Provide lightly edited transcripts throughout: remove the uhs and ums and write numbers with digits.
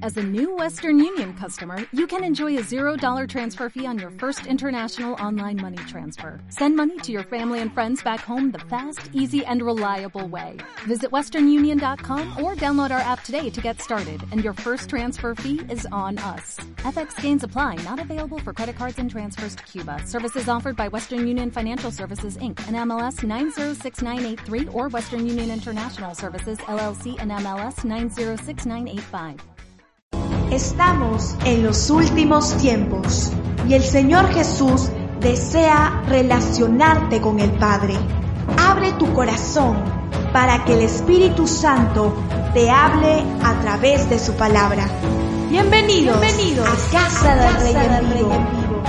As a new Western Union customer, you can enjoy a $0 transfer fee on your first international online money transfer. Send money to your family and friends back home the fast, easy, and reliable way. Visit westernunion.com or download our app today to get started, and your first transfer fee is on us. FX gains apply, not available for credit cards and transfers to Cuba. Services offered by Western Union Financial Services, Inc., and MLS 906983, or Western Union International Services, LLC, and MLS 906985. Estamos en los últimos tiempos y el Señor Jesús desea relacionarte con el Padre. Abre tu corazón para que el Espíritu Santo te hable a través de su palabra. Bienvenidos a Casa del Rey en Vivo.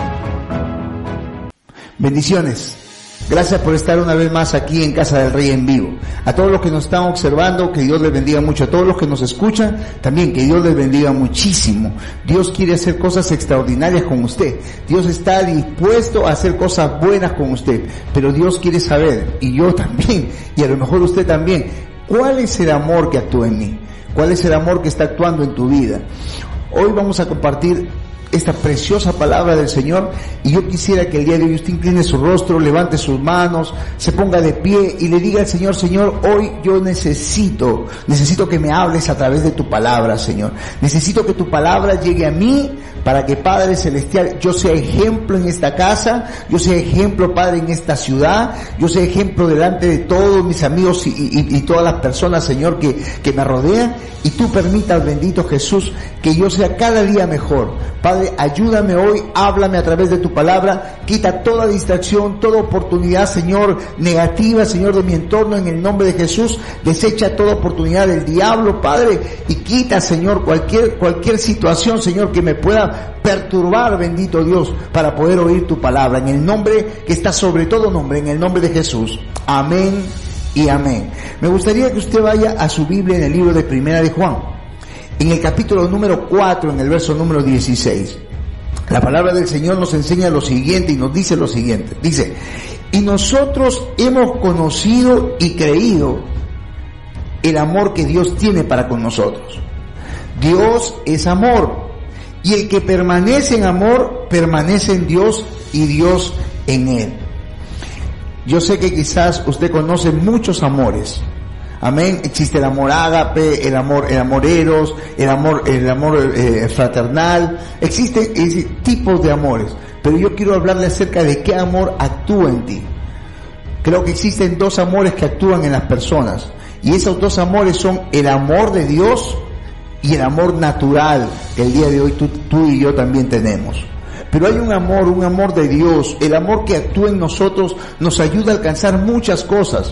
Bendiciones. Gracias por estar una vez más aquí en Casa del Rey en Vivo. A todos los que nos están observando, que Dios les bendiga mucho. A todos los que nos escuchan, también que Dios les bendiga muchísimo. Dios quiere hacer cosas extraordinarias con usted. Dios está dispuesto a hacer cosas buenas con usted. Pero Dios quiere saber, y yo también, y a lo mejor usted también, ¿cuál es el amor que actúa en mí? ¿Cuál es el amor que está actuando en tu vida? Hoy vamos a compartir esta preciosa palabra del Señor, y yo quisiera que el día de hoy usted incline su rostro, levante sus manos, se ponga de pie y le diga al Señor: Señor, hoy yo necesito que me hables a través de tu palabra, Señor. Necesito que tu palabra llegue a mí para que, Padre Celestial, yo sea ejemplo en esta casa, yo sea ejemplo, Padre, en esta ciudad, yo sea ejemplo delante de todos mis amigos y todas las personas, Señor, que me rodean, y tú permitas, bendito Jesús, que yo sea cada día mejor. Padre, ayúdame hoy, háblame a través de tu palabra, quita toda distracción, toda oportunidad, Señor, negativa, Señor, de mi entorno, en el nombre de Jesús. Desecha toda oportunidad del diablo, Padre, y quita, Señor, cualquier situación, Señor, que me pueda perturbar, bendito Dios, para poder oír tu palabra, en el nombre que está sobre todo nombre, en el nombre de Jesús. Amén y amén. Me gustaría que usted vaya a su Biblia en el libro de Primera de Juan, en el capítulo número 4, en el verso número 16. La palabra del Señor nos enseña lo siguiente y nos dice lo siguiente. Dice: y nosotros hemos conocido y creído el amor que Dios tiene para con nosotros. Dios es amor, y el que permanece en amor, permanece en Dios y Dios en él. Yo sé que quizás usted conoce muchos amores. Amén. Existe el amor ágape, el amor eros, el amor fraternal. Existen tipos de amores, pero yo quiero hablarle acerca de qué amor actúa en ti. Creo que existen dos amores que actúan en las personas, y esos dos amores son el amor de Dios y el amor natural que el día de hoy tú y yo también tenemos. Pero hay un amor de Dios, el amor que actúa en nosotros, nos ayuda a alcanzar muchas cosas.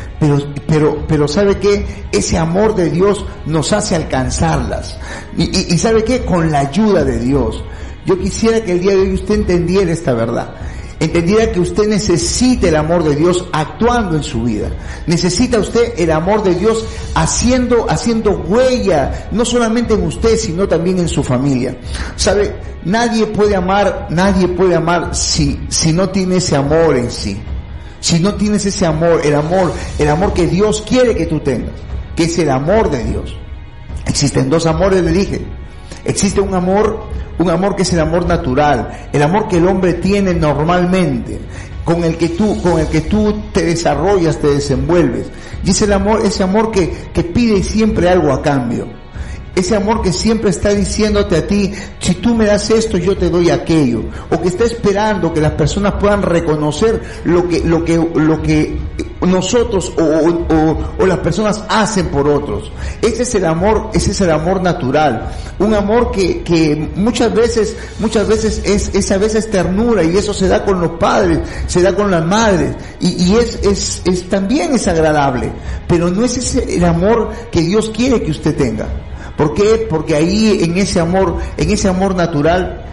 Pero ¿sabe qué? Ese amor de Dios nos hace alcanzarlas. Y ¿sabe qué? Con la ayuda de Dios. Yo quisiera que el día de hoy usted entendiera esta verdad. Entendiera que usted necesita el amor de Dios actuando en su vida. Necesita usted el amor de Dios haciendo huella, no solamente en usted, sino también en su familia. ¿Sabe? Nadie puede amar si no tiene ese amor en sí. Si no tienes ese amor, el amor que Dios quiere que tú tengas, que es el amor de Dios. Existen dos amores, le dije. Existe un amor que es el amor natural, el amor que el hombre tiene normalmente, con el que tú te desarrollas, te desenvuelves. Y es ese amor que pide siempre algo a cambio. Ese amor que siempre está diciéndote a ti: si tú me das esto, yo te doy aquello. O que está esperando que las personas puedan reconocer lo que nosotros o las personas hacen por otros. Ese es el amor natural. Un amor que muchas veces es a veces ternura, y eso se da con los padres, se da con las madres, y también es agradable. Pero no es ese el amor que Dios quiere que usted tenga. ¿Por qué? Porque ahí en ese amor natural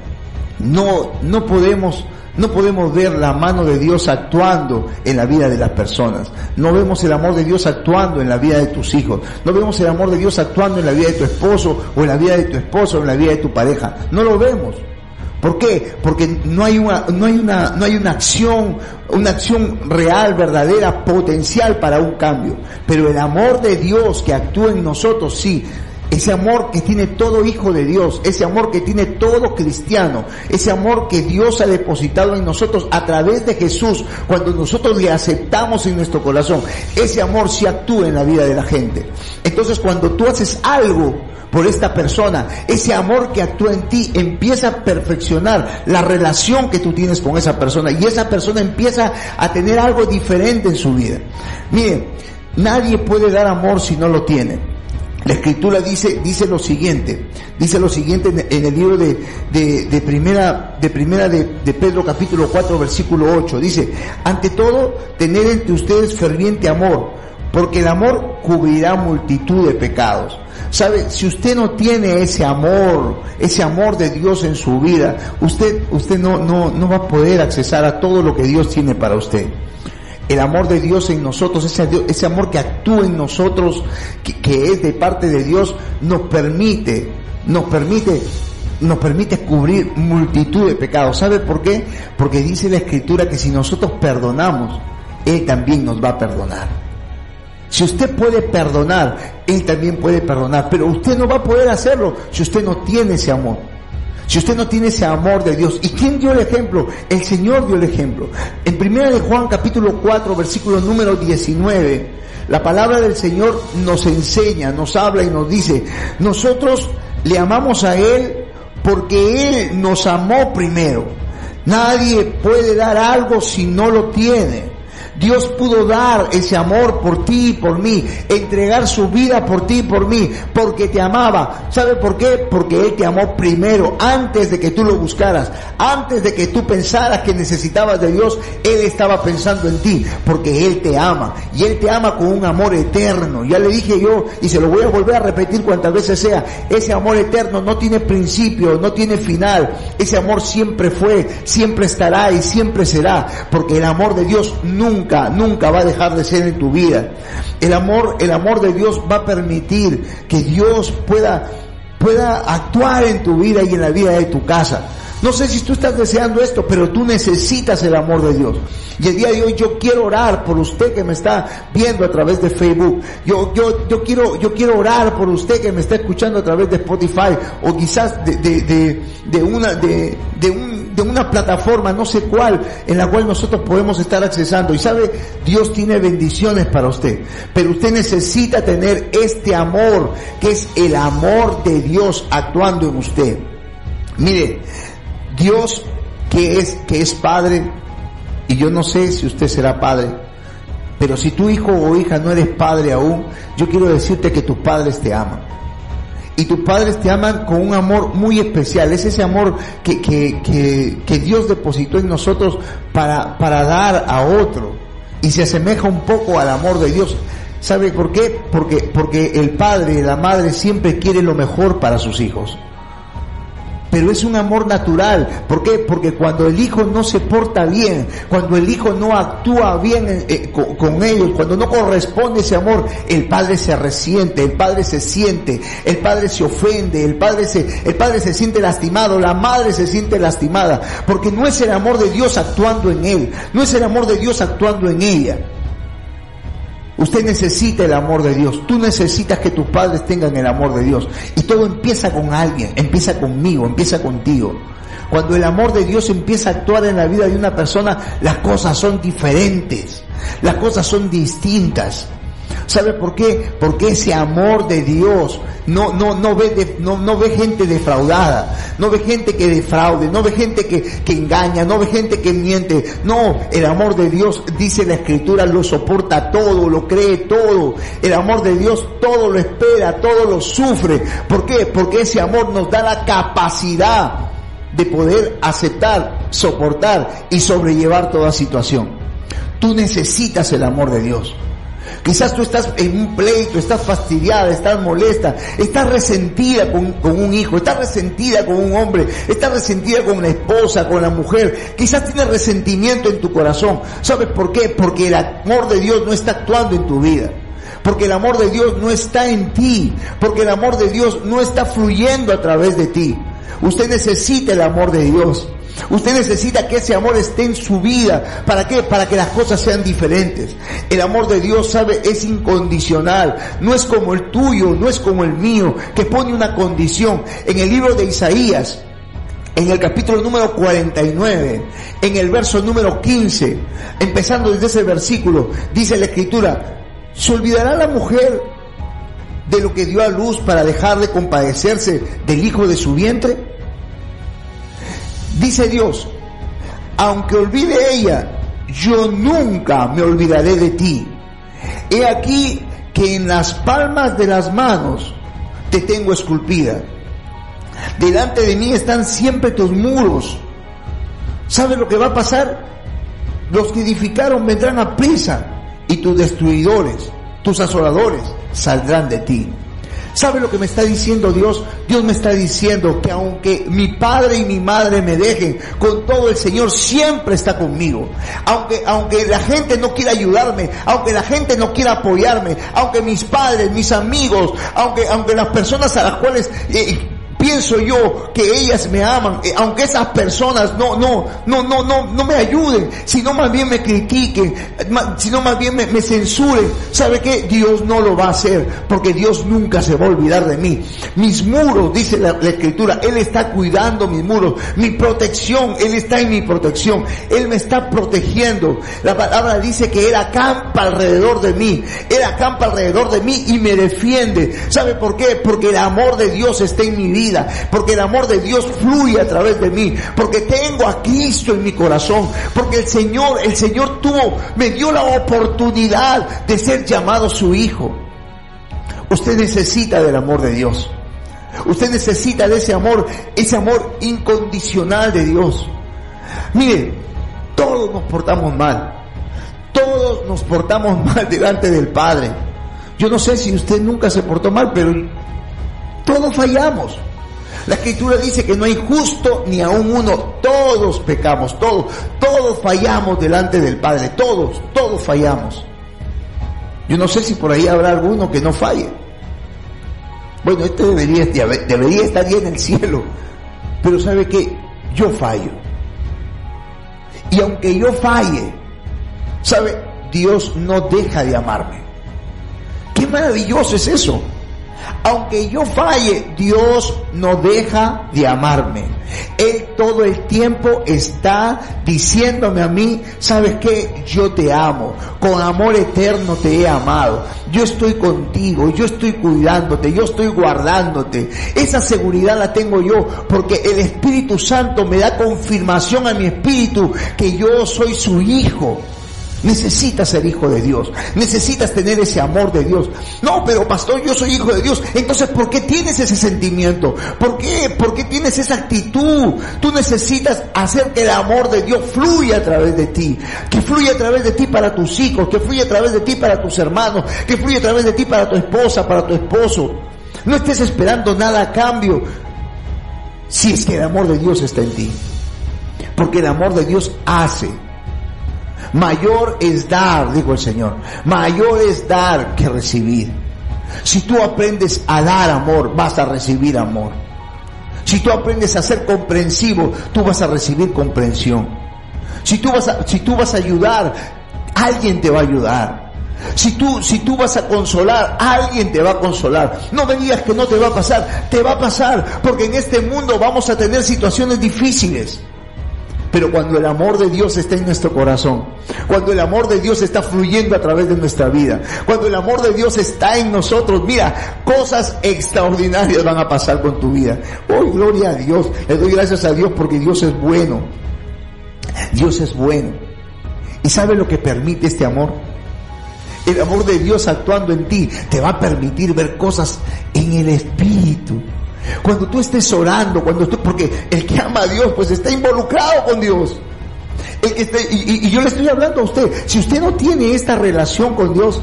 no podemos ver la mano de Dios actuando en la vida de las personas. No vemos el amor de Dios actuando en la vida de tus hijos. No vemos el amor de Dios actuando en la vida de tu esposo, o en la vida de tu esposa, o en la vida de tu pareja. No lo vemos. ¿Por qué? Porque no hay una acción real, verdadera, potencial para un cambio. Pero el amor de Dios que actúa en nosotros, sí. ese amor que tiene todo hijo de Dios, ese amor que tiene todo cristiano, ese amor que Dios ha depositado en nosotros a través de Jesús, cuando nosotros le aceptamos en nuestro corazón, ese amor sí actúa en la vida de la gente. Entonces cuando tú haces algo por esta persona, ese amor que actúa en ti empieza a perfeccionar la relación que tú tienes con esa persona, y esa persona empieza a tener algo diferente en su vida. Miren, nadie puede dar amor si no lo tiene. La Escritura dice lo siguiente en el libro de primera de Pedro capítulo 4 versículo 8, dice: ante todo, tened entre ustedes ferviente amor, porque el amor cubrirá multitud de pecados. ¿Sabe? Si usted no tiene ese amor de Dios en su vida, usted no va a poder accesar a todo lo que Dios tiene para usted. El amor de Dios en nosotros, ese amor que actúa en nosotros, que es de parte de Dios, nos permite cubrir multitud de pecados. ¿Sabe por qué? Porque dice la Escritura que si nosotros perdonamos, Él también nos va a perdonar. Si usted puede perdonar, Él también puede perdonar, pero usted no va a poder hacerlo si usted no tiene ese amor. Si usted no tiene ese amor de Dios. ¿Y quién dio el ejemplo? El Señor dio el ejemplo. En 1 de Juan capítulo 4 versículo número 19, la palabra del Señor nos enseña, nos habla y nos dice: nosotros le amamos a Él porque Él nos amó primero. Nadie puede dar algo si no lo tiene. Dios pudo dar ese amor por ti y por mí, entregar su vida por ti y por mí, porque te amaba. ¿Sabe por qué? Porque Él te amó primero, antes de que tú lo buscaras, antes de que tú pensaras que necesitabas de Dios. Él estaba pensando en ti, porque Él te ama, y Él te ama con un amor eterno. Ya le dije yo, y se lo voy a volver a repetir cuantas veces sea, ese amor eterno no tiene principio, no tiene final. Ese amor siempre fue, siempre estará y siempre será, porque el amor de Dios nunca va a dejar de ser en tu vida. El amor de Dios va a permitir que Dios pueda actuar en tu vida y en la vida de tu casa. No sé si tú estás deseando esto, pero tú necesitas el amor de Dios. Y el día de hoy yo quiero orar por usted que me está viendo a través de Facebook. Yo quiero orar por usted que me está escuchando a través de Spotify, o quizás de una plataforma, no sé cuál, en la cual nosotros podemos estar accesando. Y sabe, Dios tiene bendiciones para usted, pero usted necesita tener este amor, que es el amor de Dios actuando en usted. Mire, Dios que es Padre, y yo no sé si usted será padre, pero si tu hijo o hija no eres padre aún, yo quiero decirte que tus padres te aman. Y tus padres te aman con un amor muy especial. Es ese amor que Dios depositó en nosotros para dar a otro. Y se asemeja un poco al amor de Dios. ¿Sabe por qué? Porque el padre y la madre siempre quieren lo mejor para sus hijos. Pero es un amor natural. ¿Por qué? Porque cuando el hijo no se porta bien, cuando el hijo no actúa bien con ellos, cuando no corresponde ese amor, el padre se resiente, el padre se siente, el padre se ofende, el padre se siente lastimado, la madre se siente lastimada, porque no es el amor de Dios actuando en él, no es el amor de Dios actuando en ella. Usted necesita el amor de Dios. Tú necesitas que tus padres tengan el amor de Dios. Y todo empieza con alguien, empieza conmigo, empieza contigo. Cuando el amor de Dios empieza a actuar en la vida de una persona, las cosas son diferentes, las cosas son distintas. ¿Sabe por qué? Porque ese amor de Dios no ve gente defraudada, no ve gente que defraude, no ve gente que engaña, no ve gente que miente. No, el amor de Dios, dice la Escritura, lo soporta todo, lo cree todo. El amor de Dios todo lo espera, todo lo sufre. ¿Por qué? Porque ese amor nos da la capacidad de poder aceptar, soportar y sobrellevar toda situación. Tú necesitas el amor de Dios. Quizás tú estás en un pleito, estás fastidiada, estás molesta, estás resentida con un hijo, estás resentida con un hombre, estás resentida con la esposa, con la mujer. Quizás tienes resentimiento en tu corazón. ¿Sabes por qué? Porque el amor de Dios no está actuando en tu vida. Porque el amor de Dios no está en ti. Porque el amor de Dios no está fluyendo a través de ti. Usted necesita el amor de Dios. Usted necesita que ese amor esté en su vida. ¿Para qué? Para que las cosas sean diferentes. El amor de Dios, ¿sabe? Es incondicional. No es como el tuyo, no es como el mío, que pone una condición. En el libro de Isaías, en el capítulo número 49, en el verso número 15, empezando desde ese versículo, dice la Escritura: ¿se olvidará la mujer de lo que dio a luz para dejar de compadecerse del hijo de su vientre? Dice Dios: aunque olvide ella, yo nunca me olvidaré de ti. He aquí que en las palmas de las manos te tengo esculpida. Delante de mí están siempre tus muros. ¿Sabes lo que va a pasar? Los que edificaron vendrán a prisa, y tus destruidores, tus asoladores, saldrán de ti. ¿Sabe lo que me está diciendo Dios? Dios me está diciendo que aunque mi padre y mi madre me dejen, con todo el Señor siempre está conmigo. Aunque la gente no quiera ayudarme, aunque la gente no quiera apoyarme, aunque mis padres, mis amigos, aunque las personas a las cuales pienso yo que ellas me aman, aunque esas personas no me ayuden, sino más bien me critiquen, sino más bien me censuren. ¿Sabe qué? Dios no lo va a hacer, porque Dios nunca se va a olvidar de mí. Mis muros, dice la Escritura, Él está cuidando mis muros, mi protección, Él está en mi protección, Él me está protegiendo. La palabra dice que Él acampa alrededor de mí, Él acampa alrededor de mí y me defiende. ¿Sabe por qué? Porque el amor de Dios está en mi vida, porque el amor de Dios fluye a través de mí, porque tengo a Cristo en mi corazón, porque el Señor me dio la oportunidad de ser llamado su hijo. Usted necesita del amor de Dios. Usted necesita de ese amor incondicional de Dios. Mire, todos nos portamos mal. Todos nos portamos mal delante del Padre. Yo no sé si usted nunca se portó mal, pero todos fallamos. La Escritura dice que no hay justo ni aún uno. Todos pecamos, todos fallamos delante del Padre. Todos fallamos. Yo no sé si por ahí habrá alguno que no falle. Bueno, este debería estar ya en el cielo. Pero ¿sabe qué? Yo fallo. Y aunque yo falle, ¿sabe? Dios no deja de amarme. ¡Qué maravilloso es eso! Aunque yo falle, Dios no deja de amarme. Él todo el tiempo está diciéndome a mí: ¿sabes qué? Yo te amo, con amor eterno te he amado, yo estoy contigo, yo estoy cuidándote, yo estoy guardándote. Esa seguridad la tengo yo, porque el Espíritu Santo me da confirmación a mi espíritu que yo soy su hijo. Necesitas ser hijo de Dios, necesitas tener ese amor de Dios. No, pero pastor, yo soy hijo de Dios. Entonces, ¿por qué tienes ese sentimiento? ¿Por qué tienes esa actitud? Tú necesitas hacer que el amor de Dios fluya a través de ti, que fluya a través de ti para tus hijos, que fluya a través de ti para tus hermanos, que fluya a través de ti para tu esposa, para tu esposo. No estés esperando nada a cambio, si es que el amor de Dios está en ti, porque el amor de Dios hace. Mayor es dar, dijo el Señor, mayor es dar que recibir. Si tú aprendes a dar amor, vas a recibir amor. Si tú aprendes a ser comprensivo, tú vas a recibir comprensión. Si tú vas a ayudar, alguien te va a ayudar. Si tú vas a consolar, alguien te va a consolar. No me digas que no te va a pasar, te va a pasar, porque en este mundo vamos a tener situaciones difíciles. Pero cuando el amor de Dios está en nuestro corazón, cuando el amor de Dios está fluyendo a través de nuestra vida, cuando el amor de Dios está en nosotros, mira, cosas extraordinarias van a pasar con tu vida. Oh, gloria a Dios. Le doy gracias a Dios porque Dios es bueno. Dios es bueno. ¿Y sabe lo que permite este amor? El amor de Dios actuando en ti te va a permitir ver cosas en el Espíritu. Cuando tú estés orando, porque el que ama a Dios pues está involucrado con Dios. Y yo le estoy hablando a usted, si usted no tiene esta relación con Dios,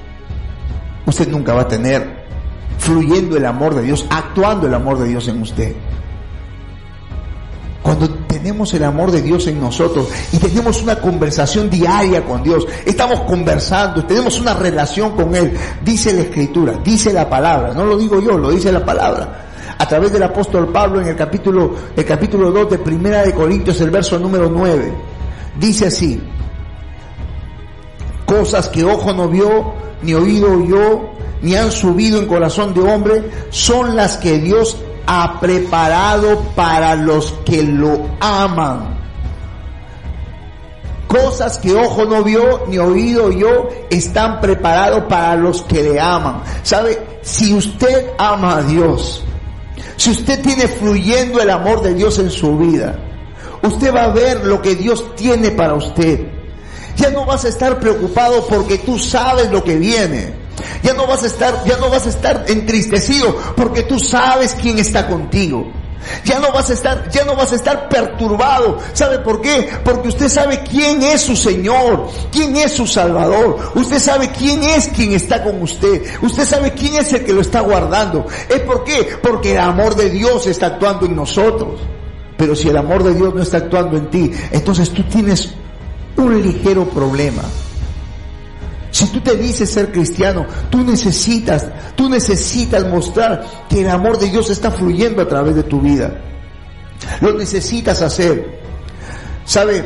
usted nunca va a tener fluyendo el amor de Dios, actuando el amor de Dios en usted. Cuando tenemos el amor de Dios en nosotros y tenemos una conversación diaria con Dios, estamos conversando, tenemos una relación con Él, dice la Escritura, dice la palabra, no lo digo yo, lo dice la palabra. a través del apóstol Pablo en el capítulo 2 de Primera de Corintios, el verso número 9. Dice así: cosas que ojo no vio, ni oído oyó, ni han subido en corazón de hombre, son las que Dios ha preparado para los que lo aman. Cosas que ojo no vio, ni oído oyó, están preparados para los que le aman. ¿Sabe? Si usted ama a Dios, si usted tiene fluyendo el amor de Dios en su vida, usted va a ver lo que Dios tiene para usted. Ya no vas a estar preocupado porque tú sabes lo que viene. Ya no vas a estar entristecido porque tú sabes quién está contigo. Ya no vas a estar perturbado. ¿Sabe por qué? Porque usted sabe quién es su Señor, quién es su Salvador. Usted sabe quién es quien está con usted. Usted sabe quién es el que lo está guardando. ¿Es por qué? Porque el amor de Dios está actuando en nosotros. Pero si el amor de Dios no está actuando en ti, entonces tú tienes un ligero problema. Si tú te dices ser cristiano, tú necesitas mostrar que el amor de Dios está fluyendo a través de tu vida. Lo necesitas hacer. ¿Sabe?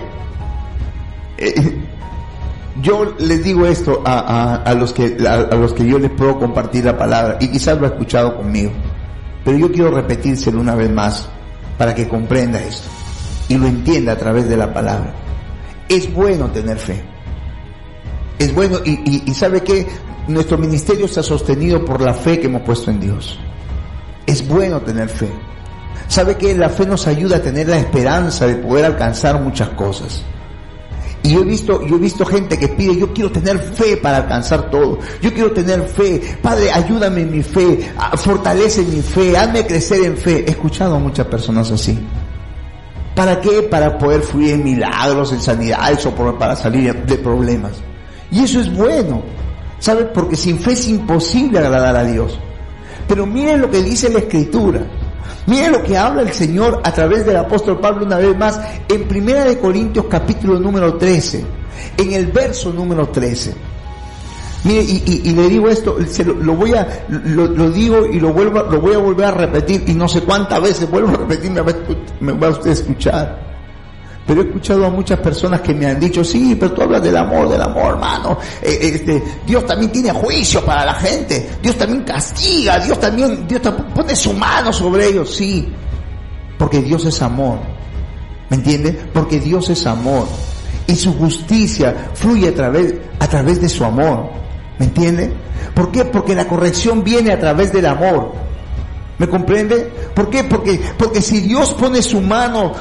Yo les digo esto a los que yo les puedo compartir la palabra, y quizás lo ha escuchado conmigo, pero yo quiero repetírselo una vez más para que comprenda esto y lo entienda a través de la palabra. Es bueno tener fe. Es bueno, y ¿sabe qué? Nuestro ministerio está sostenido por la fe que hemos puesto en Dios. Es bueno tener fe. ¿Sabe qué? La fe nos ayuda a tener la esperanza de poder alcanzar muchas cosas. Y yo he visto gente que pide: yo quiero tener fe para alcanzar todo. Yo quiero tener fe. Padre, ayúdame en mi fe. Fortalece mi fe. Hazme crecer en fe. He escuchado a muchas personas así. ¿Para qué? Para poder fluir en milagros, en sanidades, o para salir de problemas. Y eso es bueno, ¿sabe? Porque sin fe es imposible agradar a Dios. Pero miren lo que dice la Escritura. Miren lo que habla el Señor a través del apóstol Pablo una vez más en Primera de Corintios capítulo número 13, en el verso número 13. Mire, y le digo esto, lo digo y lo voy a volver a repetir, y no sé cuántas veces vuelvo a repetir, me va a usted a escuchar. Pero he escuchado a muchas personas que me han dicho: sí, pero tú hablas del amor, hermano. Dios también tiene juicio para la gente. Dios también castiga. Dios también pone su mano sobre ellos. Sí, porque Dios es amor. ¿Me entiende? Porque Dios es amor. Y su justicia fluye a través de su amor. ¿Me entiende? ¿Por qué? Porque la corrección viene a través del amor. ¿Me comprende? ¿Por qué? Porque si Dios pone su mano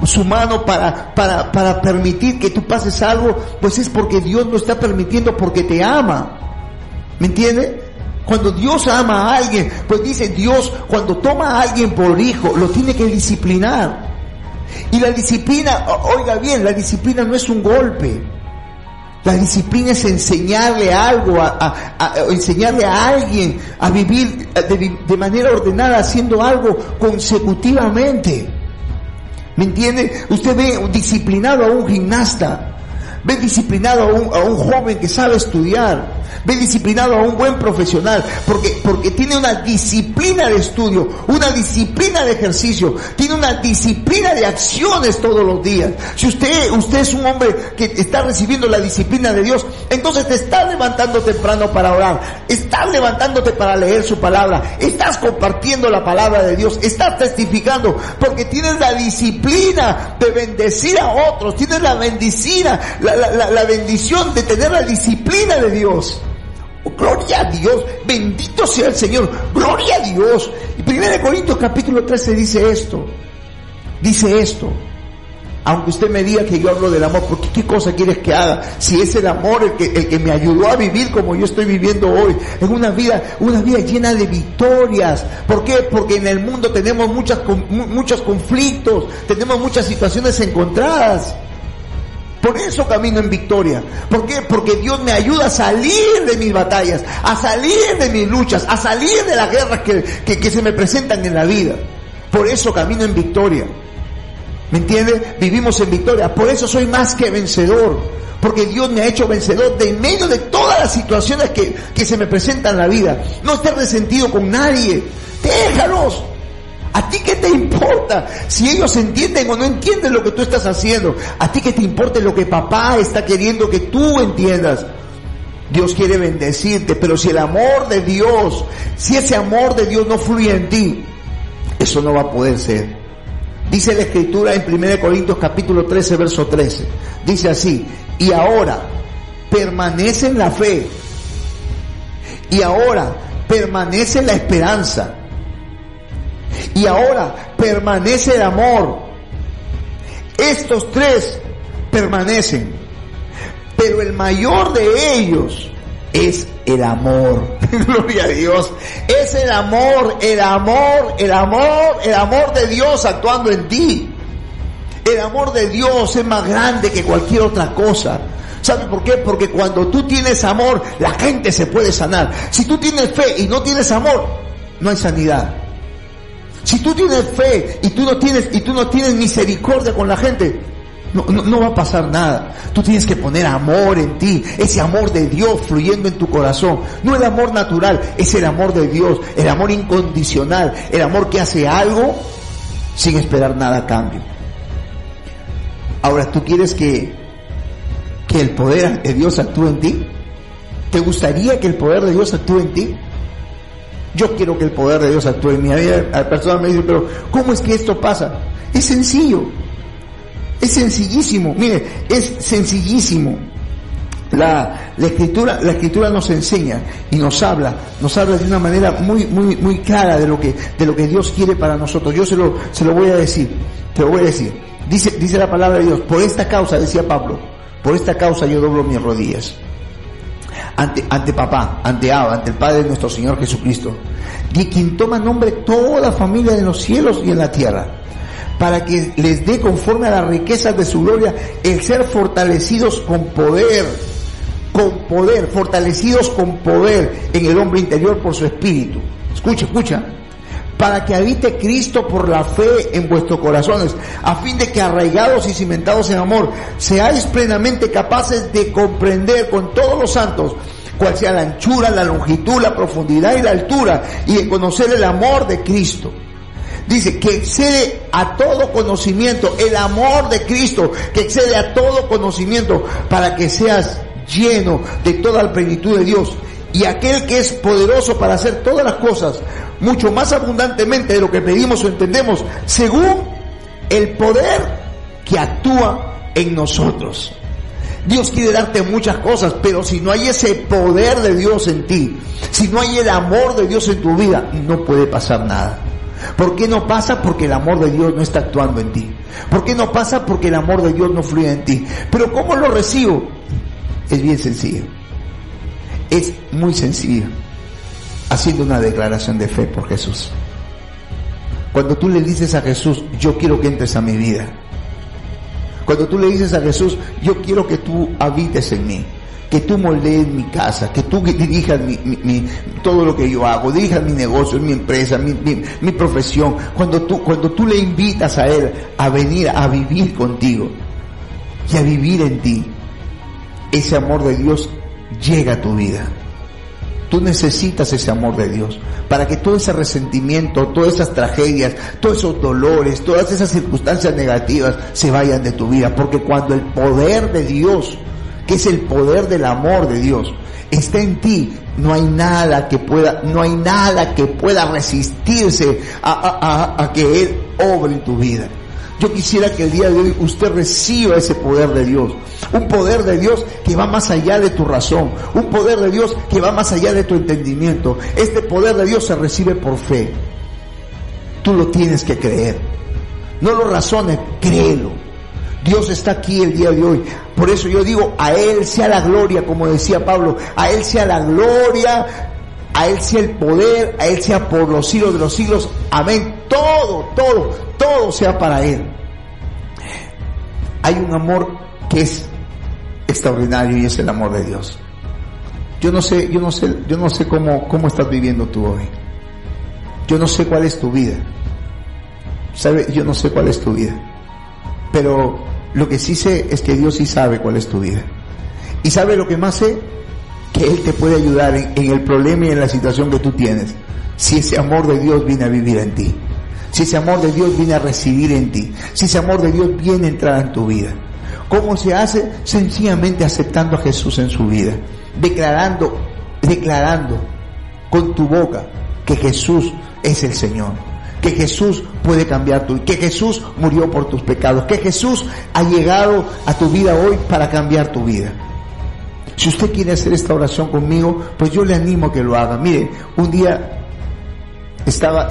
para permitir que tú pases algo, pues es porque Dios lo está permitiendo, porque te ama. ¿Me entiende? Cuando Dios ama a alguien, pues dice Dios, cuando toma a alguien por hijo, lo tiene que disciplinar. Y la disciplina, oiga bien, la disciplina no es un golpe. La disciplina es enseñarle algo, enseñarle a alguien a vivir de manera ordenada, haciendo algo consecutivamente. ¿Me entiende? Usted ve disciplinado a un gimnasta, ve disciplinado a un joven que sabe estudiar, ve disciplinado a un buen profesional, porque tiene una disciplina de estudio, una disciplina de ejercicio, tiene una disciplina de acciones todos los días. Si usted es un hombre que está recibiendo la disciplina de Dios, entonces te estás levantando temprano para orar, estás levantándote para leer su palabra, estás compartiendo la palabra de Dios, estás testificando, porque tienes la disciplina de bendecir a otros, tienes la bendición de tener la disciplina de Dios. Gloria a Dios, bendito sea el Señor, gloria a Dios. Y 1 Corintios capítulo 13 dice esto: aunque usted me diga que yo hablo del amor, porque ¿qué cosa quieres que haga? Si es el amor el que me ayudó a vivir como yo estoy viviendo hoy, en una vida llena de victorias. ¿Por qué? Porque en el mundo tenemos muchos conflictos, tenemos muchas situaciones encontradas. Por eso camino en victoria. ¿Por qué? Porque Dios me ayuda a salir de mis batallas, a salir de mis luchas, a salir de las guerras que se me presentan en la vida. Por eso camino en victoria. ¿Me entiende? Vivimos en victoria. Por eso soy más que vencedor. Porque Dios me ha hecho vencedor de en medio de todas las situaciones que se me presentan en la vida. No estés resentido con nadie. Déjalos. ¿A ti qué te importa si ellos entienden o no entienden lo que tú estás haciendo? ¿A ti qué te importa lo que papá está queriendo que tú entiendas? Dios quiere bendecirte, pero si el amor de Dios, si ese amor de Dios no fluye en ti, eso no va a poder ser. Dice la Escritura en 1 Corintios capítulo 13, verso 13. Dice así: y ahora permanece en la fe, y ahora permanece la esperanza, y ahora permanece el amor. Estos tres permanecen, pero el mayor de ellos es el amor. Gloria a Dios. Es el amor de Dios actuando en ti. El amor de Dios es más grande que cualquier otra cosa. ¿Sabe por qué? Porque cuando tú tienes amor, la gente se puede sanar. Si tú tienes fe y no tienes amor, no hay sanidad. Si tú tienes fe y tú no tienes misericordia con la gente, no va a pasar nada. Tú tienes que poner amor en ti, ese amor de Dios fluyendo en tu corazón. No el amor natural, es el amor de Dios, el amor incondicional, el amor que hace algo sin esperar nada a cambio. Ahora, ¿tú quieres que el poder de Dios actúe en ti? ¿Te gustaría que el poder de Dios actúe en ti? Yo quiero que el poder de Dios actúe en mí. A mí la persona me dice, pero ¿cómo es que esto pasa? Es sencillo. Es sencillísimo, mire, es sencillísimo. La escritura nos enseña y nos habla de una manera muy clara de lo que Dios quiere para nosotros. Yo se lo voy a decir, te lo voy a decir. Dice la palabra de Dios: por esta causa, decía Pablo, por esta causa yo doblo mis rodillas ante papá, ante Abba, ante el Padre de nuestro Señor Jesucristo, de quien toma nombre toda familia en los cielos y en la tierra, para que les dé conforme a las riquezas de su gloria el ser fortalecidos con poder, fortalecidos con poder en el hombre interior por su espíritu. Escucha, para que habite Cristo por la fe en vuestros corazones, a fin de que arraigados y cimentados en amor, seáis plenamente capaces de comprender con todos los santos cuál sea la anchura, la longitud, la profundidad y la altura, y de conocer el amor de Cristo. Dice que excede a todo conocimiento, el amor de Cristo que excede a todo conocimiento, para que seas lleno de toda la plenitud de Dios. Y aquel que es poderoso para hacer todas las cosas mucho más abundantemente de lo que pedimos o entendemos, según el poder que actúa en nosotros. Dios quiere darte muchas cosas, pero si no hay ese poder de Dios en ti, si no hay el amor de Dios en tu vida, no puede pasar nada. ¿Por qué no pasa? Porque el amor de Dios no está actuando en ti. ¿Por qué no pasa? Porque el amor de Dios no fluye en ti. Pero ¿cómo lo recibo? Es bien sencillo. Es muy sencillo. Haciendo una declaración de fe por Jesús. Cuando tú le dices a Jesús: yo quiero que entres a mi vida. Cuando tú le dices a Jesús: yo quiero que tú habites en mí, que tú moldees mi casa, que tú dirijas todo lo que yo hago, dirijas mi negocio, mi empresa, mi profesión. Cuando tú le invitas a Él a venir a vivir contigo y a vivir en ti, ese amor de Dios llega a tu vida. Tú necesitas ese amor de Dios para que todo ese resentimiento, todas esas tragedias, todos esos dolores, todas esas circunstancias negativas se vayan de tu vida. Porque cuando el poder de Dios, que es el poder del amor de Dios, está en ti, no hay nada que pueda resistirse a que Él obre en tu vida. Yo quisiera que el día de hoy usted reciba ese poder de Dios, un poder de Dios que va más allá de tu razón, un poder de Dios que va más allá de tu entendimiento. Este poder de Dios se recibe por fe. Tú lo tienes que creer. No lo razones, créelo. Dios está aquí el día de hoy. Por eso yo digo: a Él sea la gloria, como decía Pablo, a Él sea la gloria, a Él sea el poder, a Él sea por los siglos de los siglos. Amén. Todo sea para Él. Hay un amor que es extraordinario y es el amor de Dios. Yo no sé cómo estás viviendo tú hoy. Yo no sé cuál es tu vida. Yo no sé cuál es tu vida. Pero lo que sí sé es que Dios sí sabe cuál es tu vida. Y sabe lo que más sé, que Él te puede ayudar en el problema y en la situación que tú tienes, si ese amor de Dios viene a vivir en ti. si ese amor de Dios viene a residir en ti, si ese amor de Dios viene a entrar en tu vida. ¿Cómo se hace? Sencillamente aceptando a Jesús en su vida, declarando con tu boca que Jesús es el Señor, que Jesús puede cambiar tu vida, que Jesús murió por tus pecados, que Jesús ha llegado a tu vida hoy para cambiar tu vida. Si usted quiere hacer esta oración conmigo, pues yo le animo a que lo haga. Mire, un día estaba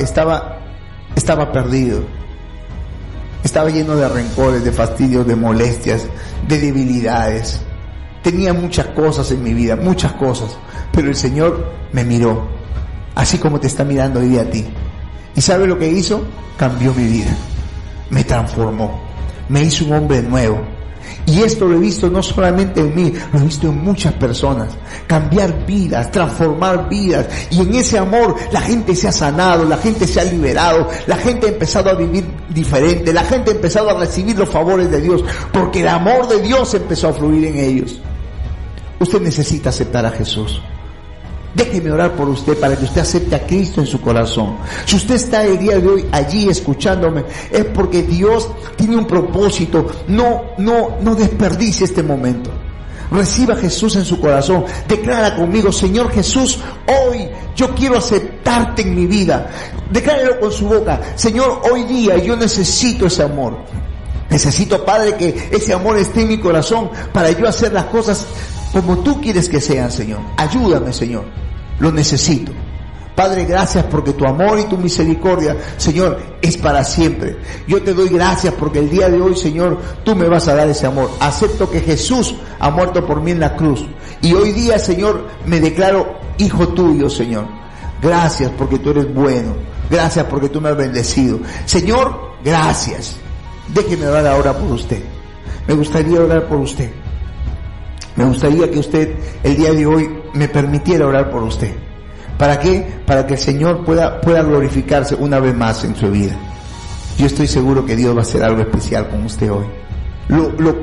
perdido, estaba lleno de rencores, de fastidios, de molestias, de debilidades. Tenía muchas cosas en mi vida, muchas cosas, pero el Señor me miró, así como te está mirando hoy día a ti. ¿Y sabe lo que hizo? Cambió mi vida, me transformó, me hizo un hombre nuevo. Y esto lo he visto no solamente en mí, lo he visto en muchas personas. Cambiar vidas, transformar vidas. Y en ese amor la gente se ha sanado, la gente se ha liberado, la gente ha empezado a vivir diferente, la gente ha empezado a recibir los favores de Dios, porque el amor de Dios empezó a fluir en ellos. Usted necesita aceptar a Jesús. Déjeme orar por usted para que usted acepte a Cristo en su corazón. Si usted está el día de hoy allí escuchándome, es porque Dios tiene un propósito. No desperdicie este momento. Reciba a Jesús en su corazón. Declara conmigo: Señor Jesús, hoy yo quiero aceptarte en mi vida. Declárelo con su boca: Señor, hoy día yo necesito ese amor. Necesito, Padre, que ese amor esté en mi corazón para yo hacer las cosas como tú quieres que sean, Señor. Ayúdame, Señor. Lo necesito. Padre, gracias porque tu amor y tu misericordia, Señor, es para siempre. Yo te doy gracias porque el día de hoy, Señor, tú me vas a dar ese amor. Acepto que Jesús ha muerto por mí en la cruz. Y hoy día, Señor, me declaro hijo tuyo, Señor. Gracias porque tú eres bueno. Gracias porque tú me has bendecido. Señor, gracias. Déjeme orar ahora por usted. Me gustaría orar por usted. Me gustaría que usted el día de hoy me permitiera orar por usted. ¿Para qué? Para que el Señor pueda glorificarse una vez más en su vida. Yo estoy seguro que Dios va a hacer algo especial con usted hoy. Lo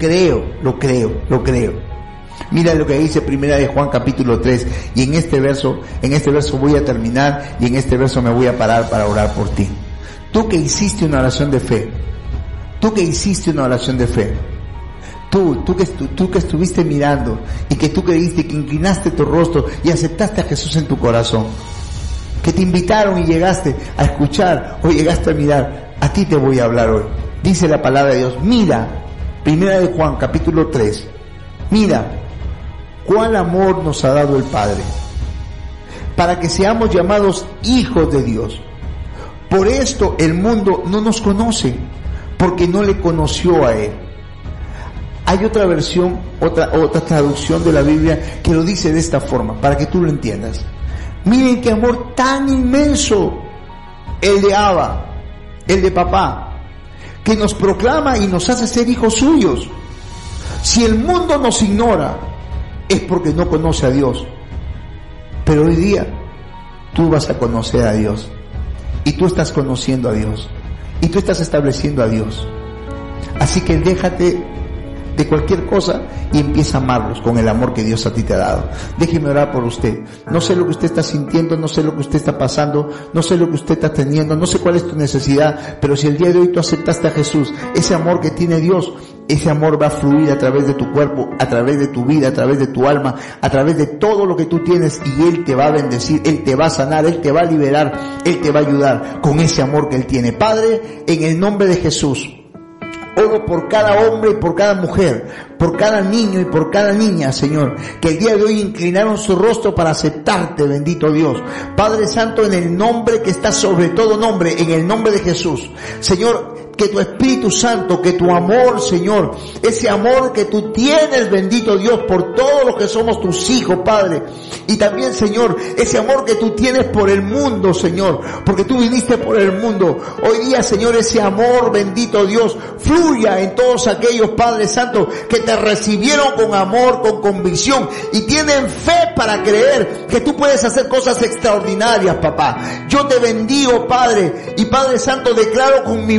creo. Mira lo que dice Primera de Juan capítulo 3, y en este verso voy a terminar, y en este verso me voy a parar para orar por ti. Tú que hiciste una oración de fe, tú que estuviste mirando y que tú creíste, que inclinaste tu rostro y aceptaste a Jesús en tu corazón, que te invitaron y llegaste a escuchar o llegaste a mirar, a ti te voy a hablar hoy. Dice la palabra de Dios, mira, Primera de Juan capítulo 3, mira cuál amor nos ha dado el Padre para que seamos llamados hijos de Dios. Por esto el mundo no nos conoce, porque no le conoció a Él. Hay otra versión, otra traducción de la Biblia que lo dice de esta forma, para que tú lo entiendas. Miren qué amor tan inmenso el de Abba, el de papá, que nos proclama y nos hace ser hijos suyos. Si el mundo nos ignora, es porque no conoce a Dios. Pero hoy día tú vas a conocer a Dios, y tú estás conociendo a Dios, y tú estás estableciendo a Dios. Así que déjate de cualquier cosa y empieza a amarlos con el amor que Dios a ti te ha dado. Déjeme orar por usted. No sé lo que usted está sintiendo, no sé lo que usted está pasando, no sé lo que usted está teniendo, no sé cuál es tu necesidad, pero si el día de hoy tú aceptaste a Jesús, ese amor que tiene Dios, ese amor va a fluir a través de tu cuerpo, a través de tu vida, a través de tu alma, a través de todo lo que tú tienes, y Él te va a bendecir, Él te va a sanar, Él te va a liberar, Él te va a ayudar con ese amor que Él tiene. Padre, en el nombre de Jesús, oro por cada hombre y por cada mujer, por cada niño y por cada niña, Señor, que el día de hoy inclinaron su rostro para aceptarte, bendito Dios. Padre Santo, en el nombre que está sobre todo nombre, en el nombre de Jesús, Señor, que tu Espíritu Santo, que tu amor, Señor, ese amor que tú tienes, bendito Dios, por todos los que somos tus hijos, Padre, y también, Señor, ese amor que tú tienes por el mundo, Señor, porque tú viniste por el mundo. Hoy día, Señor, ese amor, bendito Dios, fluya en todos aquellos, Padre Santo, que te recibieron con amor, con convicción, y tienen fe para creer que tú puedes hacer cosas extraordinarias, papá. Yo te bendigo, Padre, y Padre Santo, declaro con mi boca que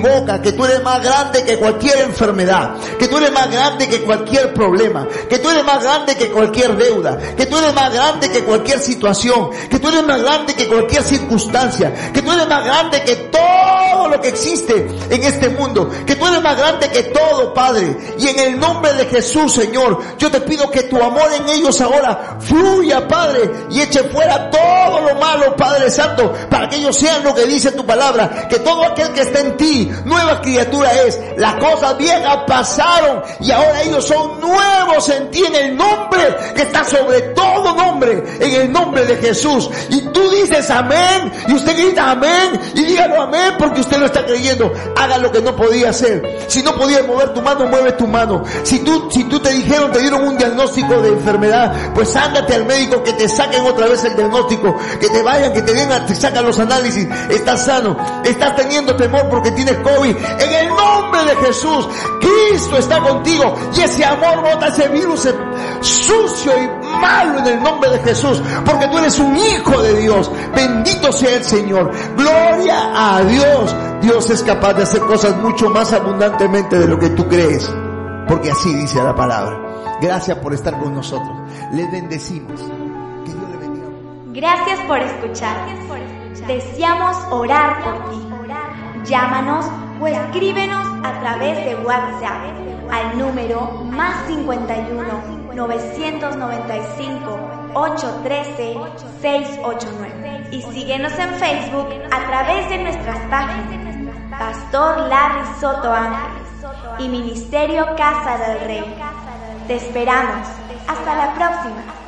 que tú eres más grande que cualquier enfermedad, que tú eres más grande que cualquier problema, que tú eres más grande que cualquier deuda, que tú eres más grande que cualquier situación, que tú eres más grande que cualquier circunstancia, que tú eres más grande que todo lo que existe en este mundo, que tú eres más grande que todo, Padre. Y en el nombre de Jesús, Señor, yo te pido que tu amor en ellos ahora fluya, Padre, y eche fuera todo lo malo, Padre Santo, para que ellos sean lo que dice tu palabra, que todo aquel que está en ti, nueva criatura es. Las cosas viejas pasaron y ahora ellos son nuevos en ti, en el nombre que está sobre todo nombre, en el nombre de Jesús. Y tú dices amén, y usted grita amén, y dígalo amén, porque usted lo está creyendo. Haga lo que no podía hacer. Si no podías mover tu mano, mueve tu mano. Si tú te dieron un diagnóstico de enfermedad, pues ándate al médico, que te saquen otra vez el diagnóstico, que te vayan, que te sacan los análisis. Estás sano, estás teniendo temor porque tienes COVID. En el nombre de Jesús, Cristo está contigo, y ese amor bota ese virus sucio y malo en el nombre de Jesús, porque tú eres un hijo de Dios. Bendito sea el Señor. Gloria a Dios. Dios es capaz de hacer cosas mucho más abundantemente de lo que tú crees, porque así dice la palabra. Gracias por estar con nosotros. Les bendecimos. Que Dios les bendiga. Gracias por escuchar. Deseamos orar por ti. Llámanos o escríbenos a través de WhatsApp al número +51 995 813 689, y síguenos en Facebook a través de nuestras páginas Pastor Larry Soto Ángeles y Ministerio Casa del Rey. Te esperamos. Hasta la próxima.